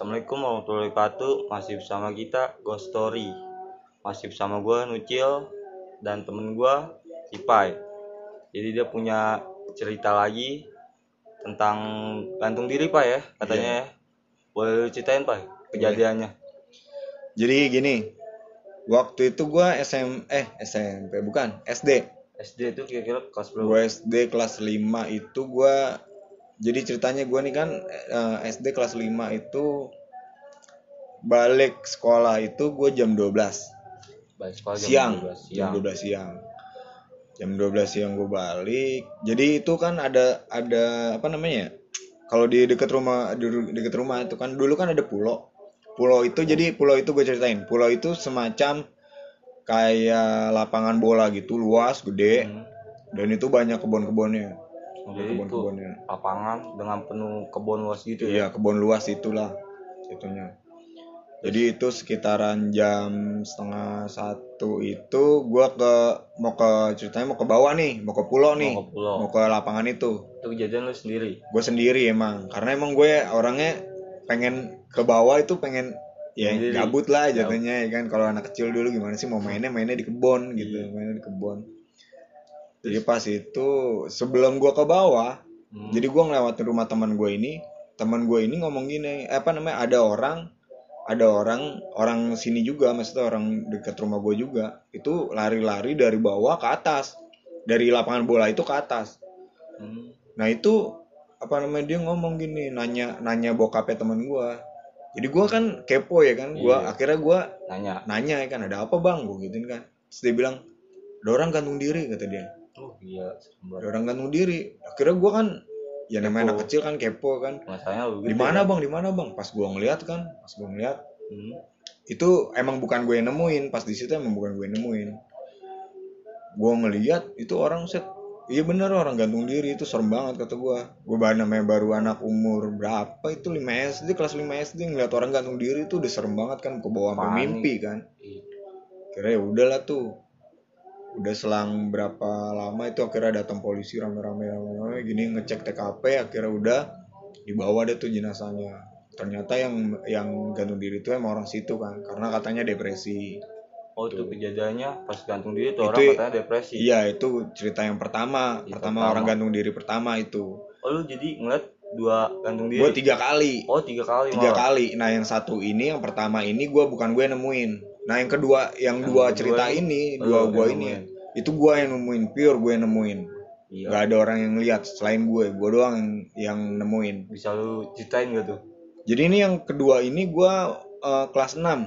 Assalamualaikum warahmatullahi wabarakatuh. Masih bersama kita Ghost Story. Masih bersama gue Nucil dan temen gue Ipai. Jadi dia punya cerita lagi tentang gantung diri Pak ya katanya ya. Boleh ceritain Pak kejadiannya? Jadi gini, waktu itu gue SMP bukan SD. SD itu kira-kira kelas berapa? Gue SD kelas 5 itu gue, jadi ceritanya gue nih kan SD kelas 5 itu balik sekolah itu gue jam 12 Balik sekolah siang. jam 12 siang. siang. Jam 12 siang gue balik. Jadi itu kan ada apa namanya? Kalau di dekat rumah itu kan dulu kan ada pulau. Jadi pulau itu gue ceritain. Pulau itu semacam kayak lapangan bola gitu, luas, gede. Dan itu banyak kebun-kebunnya. Jadi itu lapangan dengan penuh kebun luas gitu ya? Iya, kebun luas itulah itunya. Jadi itu sekitaran jam 12:30 itu gue mau ke bawah nih, mau ke pulau nih, mau ke lapangan itu. Itu kejadian lu sendiri? Gue sendiri emang, karena emang gue orangnya pengen ke bawah itu pengen ya sendiri. Gabut lah jatuhnya ya kan. Kalau anak kecil dulu gimana sih mau mainnya di kebun gitu, mainnya di kebun. Jadi pas itu sebelum gue ke bawah, jadi gue ngelewatin rumah teman gue ini ngomong gini, ada orang sini juga, maksudnya orang dekat rumah gue juga, itu lari-lari dari bawah ke atas, dari lapangan bola itu ke atas. Nah itu apa namanya, dia ngomong gini, nanya bokapnya teman gue. Jadi gue kan kepo ya kan, akhirnya gue nanya ya kan, ada apa bang, gue gituin kan. Terus dia bilang, ada orang gantung diri, kata dia. Oh iya, ada orang gantung diri. Akhirnya gue kan, ya namanya anak kecil kan kepo kan. Di mana bang? Pas gue ngeliat itu emang bukan gue yang nemuin. Pas di situ emang bukan gue yang nemuin. Gue ngeliat itu orang set. Iya bener, orang gantung diri. Itu serem banget kata gue. Gue baru anak umur berapa itu, 5 SD, kelas 5 SD, ngeliat orang gantung diri itu udah serem banget kan, ke bawah sampai mimpi kan. Kira ya udahlah tuh. Udah selang berapa lama itu akhirnya datang polisi rame-rame gini ngecek TKP, akhirnya udah dibawa deh tuh jenazahnya. Ternyata yang gantung diri itu emang orang situ kan, karena katanya depresi. Oh itu kejadiannya pas gantung diri tuh orang katanya depresi. Iya itu cerita yang pertama orang gantung diri pertama itu. Oh lu jadi ngeliat 2 gantung diri? Gue 3 kali. Oh 3 kali 3 kali. Nah yang satu ini, yang pertama ini bukan gue nemuin. Nah yang kedua, yang dua cerita ini, gue ini itu gue yang nemuin, pure gue yang nemuin. Iya. Gak ada orang yang lihat selain gue doang yang nemuin. Bisa lu ceritain gak tuh? Jadi ini yang kedua ini gue kelas 6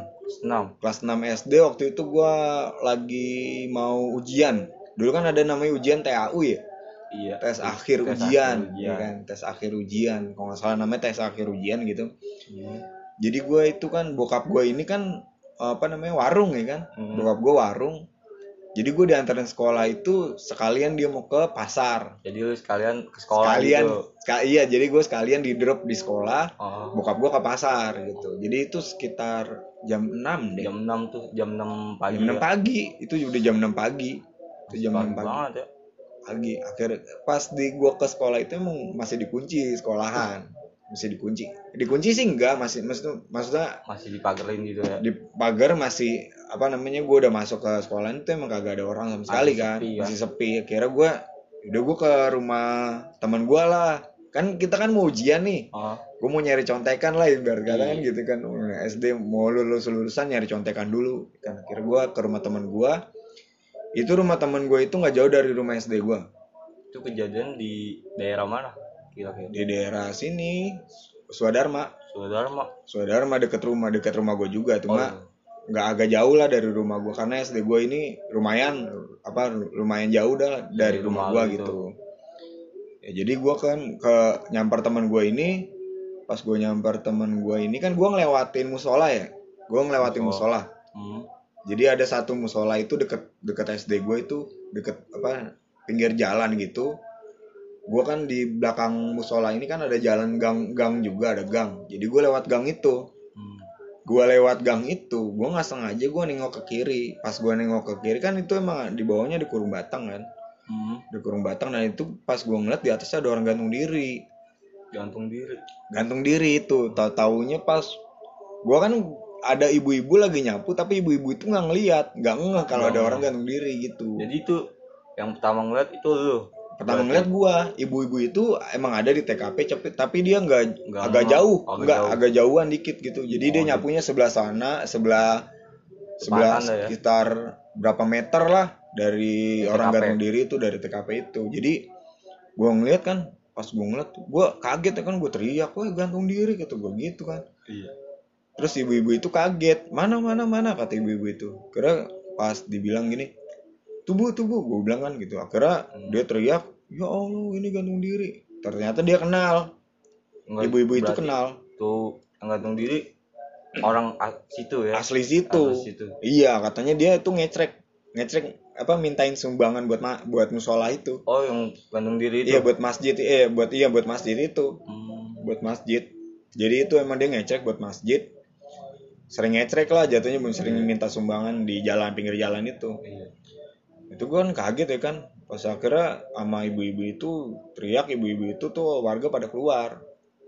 SD. Waktu itu gue lagi mau ujian. Dulu kan ada namanya ujian TAU ya. Iya. Tes akhir ujian. Ya kan, tes akhir ujian. Kalau nggak salah namanya tes akhir ujian gitu. Jadi gue itu kan, bokap gue ini kan warung ya kan. Bokap gue warung. Jadi gue diantarin sekolah itu sekalian dia mau ke pasar. Jadi lu sekalian ke sekolah gitu? Iya, jadi gue sekalian di drop di sekolah. Bokap gue ke pasar gitu. Jadi itu sekitar jam 6 deh. Jam 6 tuh, jam 6 pagi. Jam 6 pagi, itu udah jam 6 pagi. Itu jam 6 pagi. Banget ya. Pagi. Akhirnya pas gue ke sekolah itu emang masih dikunci sekolahan. Masih dikunci sih enggak, maksudnya masih dipagerin gitu ya. Dipagar masih gue udah masuk ke sekolah itu emang kagak ada orang sama sekali kan. Masih sepi. Akhirnya gue ke rumah teman gue lah. Kan kita kan mau ujian nih. Gue mau nyari contekan lah ibarat kata kan gitu kan. SD mau lulusan nyari contekan dulu. Kan akhirnya gue ke rumah teman gue. Itu rumah teman gue itu nggak jauh dari rumah SD gue. Itu kejadian di daerah mana? Kira-kira? Di daerah sini, Swadharma dekat rumah gue juga, cuma nggak agak jauh lah dari rumah gue, karena SD gue ini lumayan jauh dah dari rumah gue gitu. Ya, jadi gue kan nyamper teman gue ini. Pas gue nyamper teman gue ini kan gue ngelewatin musola ya. Musola. Jadi ada satu musola itu deket SD gue itu, deket pinggir jalan gitu. Gue kan di belakang musola ini kan ada jalan gang juga, ada gang. Jadi gue lewat gang itu. Gue nggak sengaja gue nengok ke kiri. Pas gue nengok ke kiri kan itu emang di bawahnya di Kurung Batang kan. Di Kurung Batang. Nah itu pas gue ngeliat di atasnya ada orang gantung diri. Gantung diri itu. Taunya pas Gue kan ada ibu-ibu lagi nyapu, tapi ibu-ibu itu nggak ngeliat, nggak ngeh kalau ada orang gantung diri gitu. Jadi itu yang pertama ngeliat itu lu. Pertama ngeliat gua, ibu-ibu itu emang ada di TKP, tapi dia nggak agak jauh, agak jauhan dikit gitu. Jadi dia nyapunya sebelah sana, sebelah sekitar berapa meter lah dari orang gantung diri itu, dari TKP itu. Jadi gua ngeliat kan, pas gua ngeliat, gua kaget ya kan, gua teriak, wah gantung diri gitu, gua gitu kan. Iya. Terus ibu-ibu itu kaget, mana kata ibu-ibu itu. Karena pas dibilang gini, tubuh gue bilang kan gitu. Akhirnya dia teriak, ya Allah ini gantung diri. Ternyata dia kenal. Ibu-ibu itu kenal. Tuh yang gantung diri orang situ ya. Asli situ. Iya, katanya dia itu ngecrek apa mintain sumbangan buat musola itu. Oh, yang gantung diri itu. Iya, buat masjid. Buat masjid itu. Buat masjid. Jadi itu emang dia ngecrek buat masjid. Sering ngecrek lah jatuhnya, sering minta sumbangan di pinggir jalan itu. Iya. Itu gue kan kaget ya kan, pas akhirnya sama ibu-ibu itu teriak, ibu-ibu itu tuh warga pada keluar,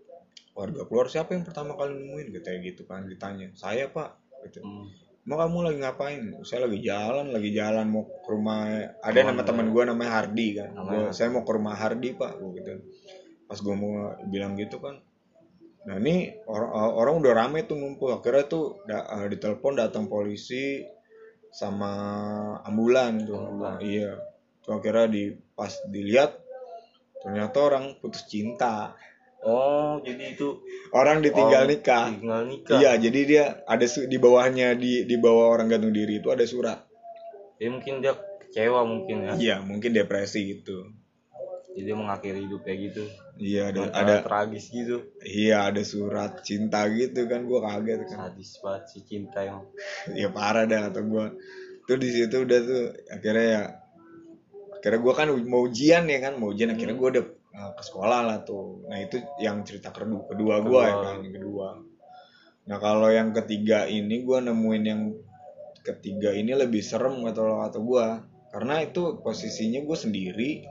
siapa yang pertama kali nemuin kayak gitu kan, ditanya saya pak gitu. Mau kamu lagi ngapain? Saya lagi jalan mau ke rumah, ada nama teman gue namanya Hardi kan, saya mau ke rumah Hardi pak gitu. Pas gue mau bilang gitu kan, nah ini orang udah rame tuh ngumpul, akhirnya tuh ditelepon datang polisi sama ambulan tuh. Iya. Tuh akhirnya pas dilihat ternyata orang putus cinta. Oh, jadi itu orang ditinggal nikah. Iya, jadi dia ada di bawahnya, di bawah orang gantung diri itu ada surat. Ya mungkin dia kecewa mungkin ya. Iya, mungkin depresi gitu. Jadi dia mengakhiri hidup kayak gitu. Iya, ada tragis gitu. Iya, ada surat cinta gitu kan, gua kaget kan. Sadis banget si cinta yang. Ya parah dah kata gua. Tuh di situ udah tuh akhirnya gua kan mau ujian ya kan, akhirnya gua udah ke sekolah lah tuh. Nah, itu yang cerita kedua gua ya kan, yang kedua. Nah, kalau yang ketiga ini gua nemuin yang ketiga ini lebih serem kata gua. Karena itu posisinya gua sendiri.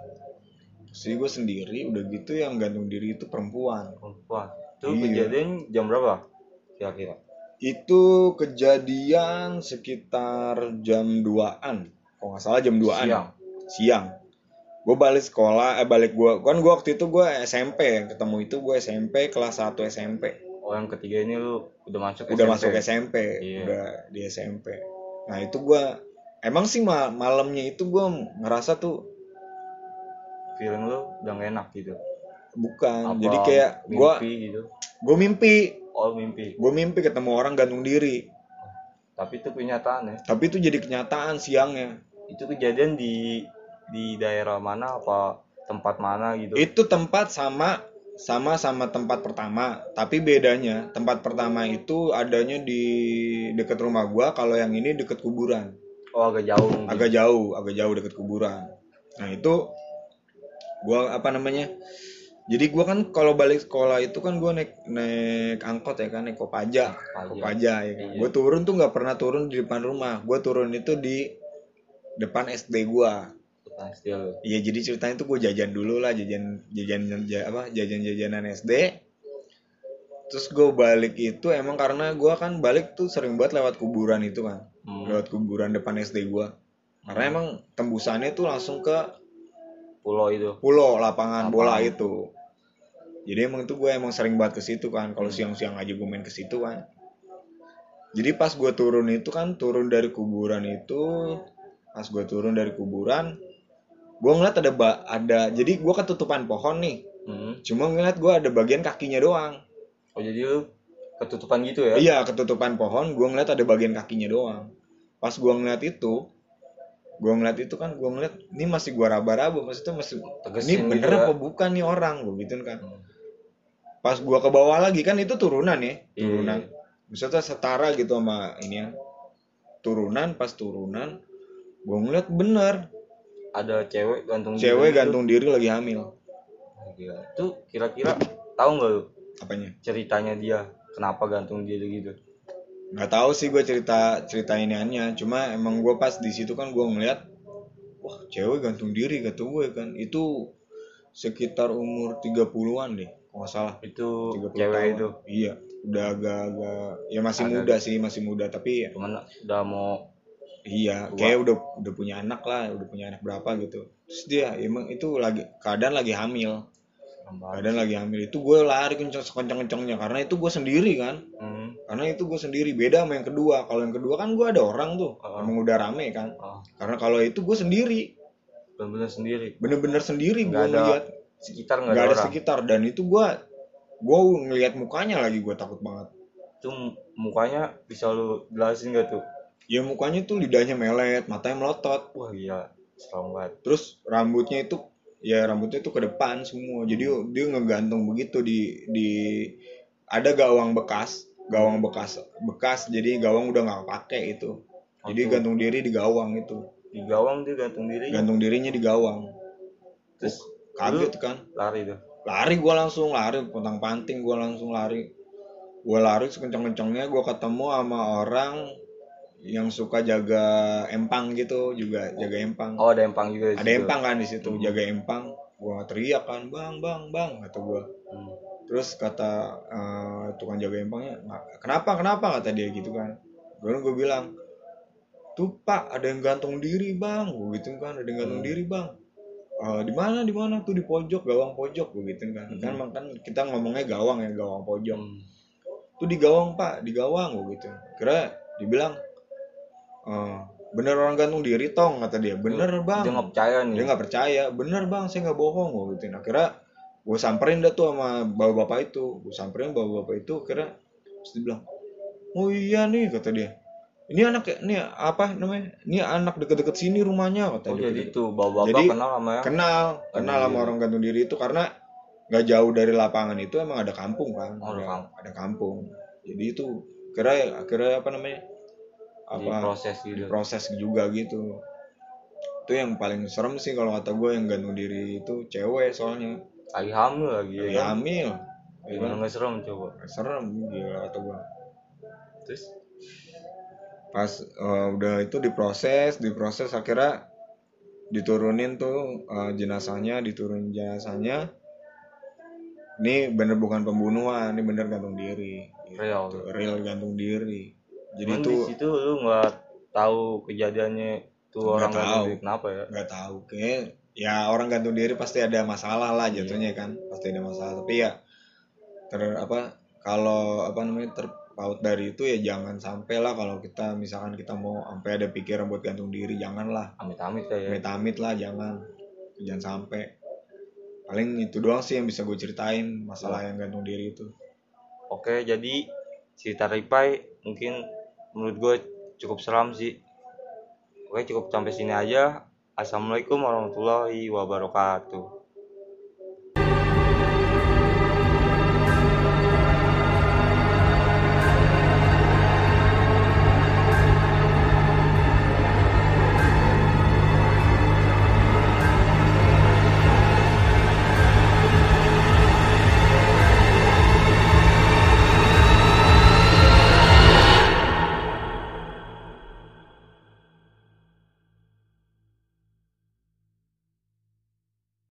Udah gitu yang gantung diri itu perempuan. Itu kejadian jam berapa kira-kira? Itu kejadian sekitar jam 2-an. Kalau nggak salah jam 2-an. Siang. Gue balik sekolah, gue waktu itu gue SMP, ketemu itu gue SMP kelas 1 SMP. Oh, yang ketiga ini lu udah masuk SMP. Iya. Udah di SMP. Nah, itu gue emang sih malamnya itu gue ngerasa tuh feeling lu udah gak enak gitu. Bukan. Jadi kayak gue mimpi. Oh, mimpi. Gue mimpi ketemu orang gantung diri. Tapi itu kenyataan ya. Tapi itu jadi kenyataan siangnya. Itu kejadian di daerah mana, apa tempat mana gitu? Itu tempat sama tempat pertama, tapi bedanya tempat pertama itu adanya di dekat rumah gua, kalau yang ini dekat kuburan. Oh, agak jauh mungkin. Agak jauh dekat kuburan. Nah, itu gua jadi gue kan kalau balik sekolah itu kan gue naik angkot ya kan, naik Kopaja ya kan. Iya. Gue turun tuh nggak pernah turun di depan rumah, gue turun itu di depan SD gue. Iya, jadi ceritanya tuh gue jajan dulu lah, jajanan SD. Terus gue balik itu emang karena gue kan balik tuh sering banget lewat kuburan itu kan, lewat kuburan depan SD gue. Karena emang tembusannya tuh langsung ke pulau lapangan bola itu. Jadi emang itu gue emang sering banget ke situ kan, kalau siang-siang aja gue main ke situ kan. Jadi pas gue turun dari kuburan itu, gue ngeliat ada jadi gue ketutupan pohon nih. Cuma ngeliat gue ada bagian kakinya doang. Oh, jadi lu ketutupan gitu ya? Iya, ketutupan pohon, gue ngeliat ada bagian kakinya doang. Pas gue ngeliat itu kan, gue ngeliat ini masih gue raba-raba, maksudnya ini bener gitu apa bukan nih orang, gue gituin kan. Pas gue ke bawah lagi kan, itu turunan ya, maksudnya setara gitu sama ini ya, pas turunan gue ngeliat bener ada cewek gantung diri lagi hamil. Gila. Itu kira-kira tahu nggak lu apanya ceritanya dia kenapa gantung diri gitu? Nggak tahu sih gue cerita iniannya, cuma emang gue pas di situ kan gue ngeliat, wah cewek gantung diri kata gue kan, itu sekitar umur 30-an deh kalau nggak salah. Itu cewek tahun. Itu iya, udah agak-agak ya masih Agak- muda sih, masih muda tapi cuman udah mau iya, tua. kayak udah punya anak lah, udah punya anak berapa gitu. Terus dia emang itu lagi keadaan lagi hamil. Keadaan lagi hamil itu gue lari kenceng-kencengnya karena itu gue sendiri kan. Karena itu gue sendiri, beda sama yang kedua. Kalau yang kedua kan gue ada orang tuh, emang udah rame kan. Karena kalau itu gue sendiri. Bener-bener sendiri. Bener-bener sendiri gue Nggak ada ngeliat. sekitar, nggak Nggak ada ada orang. sekitar dan itu gue ngeliat mukanya lagi, gue takut banget. Itu mukanya bisa lu jelasin gak tuh? Ya mukanya tuh lidahnya melet, matanya melotot. Wah gila, serem banget. Terus rambutnya itu ke depan semua. Jadi dia ngegantung begitu di ada gawang bekas jadi gawang udah nggak pakai itu. Jadi gantung diri di gawang itu. Di gawang dia gantung diri. Gantung dirinya di gawang. Terus kaget kan? Lari tuh. Lari gue langsung lari, pontang-panting gue langsung lari. Gue lari sekencang-kencangnya, gue ketemu sama orang yang suka jaga empang gitu, juga jaga empang. Oh, ada empang juga. Ada empang kan di situ, jaga empang. Gua teriak kan, bang, kata gua. Terus kata tukang jaga empangnya, kenapa kata dia gitu kan. Gue bilang, tuh pak ada yang gantung diri bang, gue gitu kan, ada yang gantung diri bang. Di mana tuh di pojok, gawang pojok, gue gitu kan. Kan kita ngomongnya gawang ya, gawang pojok. Tuh di gawang pak, di gawang, gue gitu. Kira dibilang, bener orang gantung diri tong, kata dia. Bener bang. Dia nggak percaya nih. Dia nggak percaya. Bener bang, saya nggak bohong, gue gituin. Akhirnya gue samperin dah tuh sama bapak-bapak itu. Akhirnya terus dia bilang, oh iya nih, kata dia. Ini apa namanya? Ini anak deket-deket sini rumahnya, kata dia. Jadi tuh bapak-bapak kenal sama ya? Kenal sama orang gantung diri itu karena nggak jauh dari lapangan itu emang ada kampung kan. Ada kampung. Jadi itu akhirnya apa namanya? Diproses juga gitu. Itu yang paling serem sih kalau kata gue, yang gantung diri itu cewek soalnya lagi hamil hamil. Gimana nggak serem coba? Serem gila kata gue. Terus pas udah itu diproses akhirnya diturunin tuh jenazahnya. Ini bener bukan pembunuhan, ini bener gantung diri gitu. Real gantung diri. Jadi itu di situ lu nggak tahu kejadiannya tuh orang gantung diri kenapa ya? Nggak tahu, kayak ya orang gantung diri pasti ada masalah lah jatuhnya kan, pasti ada masalah. Tapi ya kalau terpaut dari itu ya jangan sampai lah, kalau kita misalkan kita mau sampai ada pikiran buat gantung diri, janganlah. Amit-amit lah, jangan sampai. Paling itu doang sih yang bisa gue ceritain masalah yang gantung diri itu. Oke, jadi cerita Ripai mungkin menurut gue cukup seram sih. Oke, cukup sampai sini aja. Assalamualaikum warahmatullahi wabarakatuh.